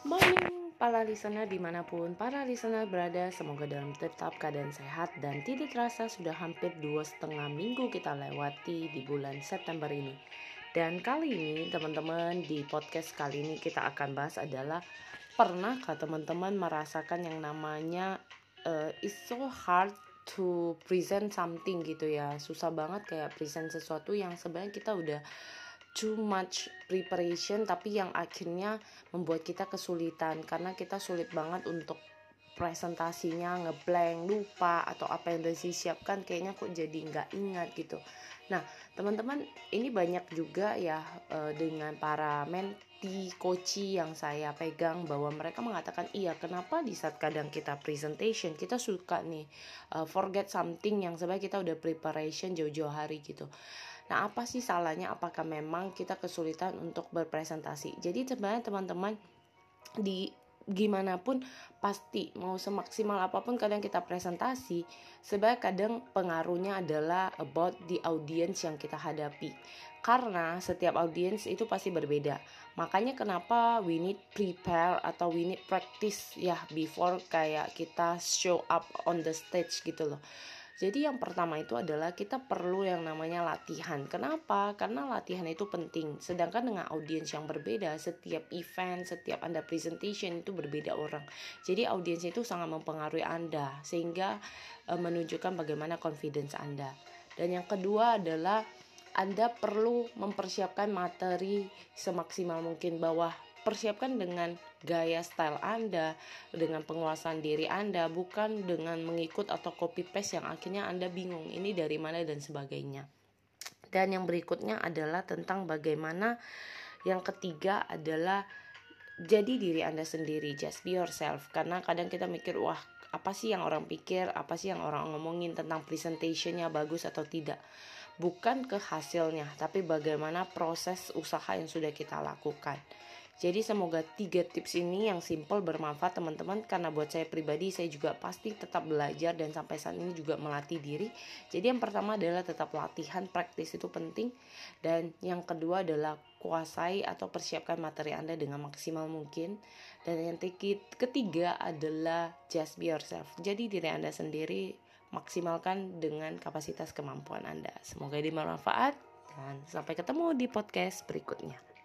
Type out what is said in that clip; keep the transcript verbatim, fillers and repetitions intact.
Morning para listener dimanapun para listener berada, semoga dalam tetap keadaan sehat dan tidak terasa sudah hampir dua setengah minggu kita lewati di bulan September ini. Dan kali ini teman-teman, di podcast kali ini kita akan bahas adalah, pernahkah teman-teman merasakan yang namanya uh, it's so hard to present something gitu ya, susah banget kayak present sesuatu yang sebenarnya kita udah too much preparation tapi yang akhirnya membuat kita kesulitan karena kita sulit banget untuk presentasinya, ngeblank, lupa, atau apa yang udah disiapkan kayaknya kok jadi nggak ingat gitu. Nah teman-teman, ini banyak juga ya e, dengan para menti, coachee yang saya pegang, bahwa mereka mengatakan iya, kenapa di saat kadang kita presentation kita suka nih uh, forget something yang sebenarnya kita udah preparation jauh-jauh hari gitu. Nah, apa sih salahnya? Apakah memang kita kesulitan untuk berpresentasi? Jadi sebenarnya teman-teman, di gimana pun pasti mau semaksimal apapun kadang kita presentasi, sebenarnya kadang pengaruhnya adalah about the audience yang kita hadapi. Karena setiap audience itu pasti berbeda. Makanya kenapa we need prepare atau we need practice ya before kayak kita show up on the stage gitu loh. Jadi yang pertama itu adalah kita perlu yang namanya latihan. Kenapa? Karena latihan itu penting. Sedangkan dengan audiens yang berbeda, setiap event, setiap Anda presentation itu berbeda orang. Jadi audiens itu sangat mempengaruhi Anda sehingga e, menunjukkan bagaimana confidence Anda. Dan yang kedua adalah Anda perlu mempersiapkan materi semaksimal mungkin, bahwa persiapkan dengan gaya style Anda, dengan penguasaan diri Anda, bukan dengan mengikut atau copy paste yang akhirnya Anda bingung ini dari mana dan sebagainya. Dan yang berikutnya adalah tentang bagaimana, yang ketiga adalah jadi diri Anda sendiri, just be yourself. Karena kadang kita mikir, wah apa sih yang orang pikir, apa sih yang orang ngomongin tentang presentationnya bagus atau tidak. Bukan ke hasilnya, tapi bagaimana proses usaha yang sudah kita lakukan. Jadi semoga tiga tips ini yang simple bermanfaat teman-teman, karena buat saya pribadi saya juga pasti tetap belajar dan sampai saat ini juga melatih diri. Jadi yang pertama adalah tetap latihan, praktis itu penting. Dan yang kedua adalah kuasai atau persiapkan materi Anda dengan maksimal mungkin. Dan yang ketiga adalah just be yourself. Jadi diri Anda sendiri, maksimalkan dengan kapasitas kemampuan Anda. Semoga ini bermanfaat dan sampai ketemu di podcast berikutnya.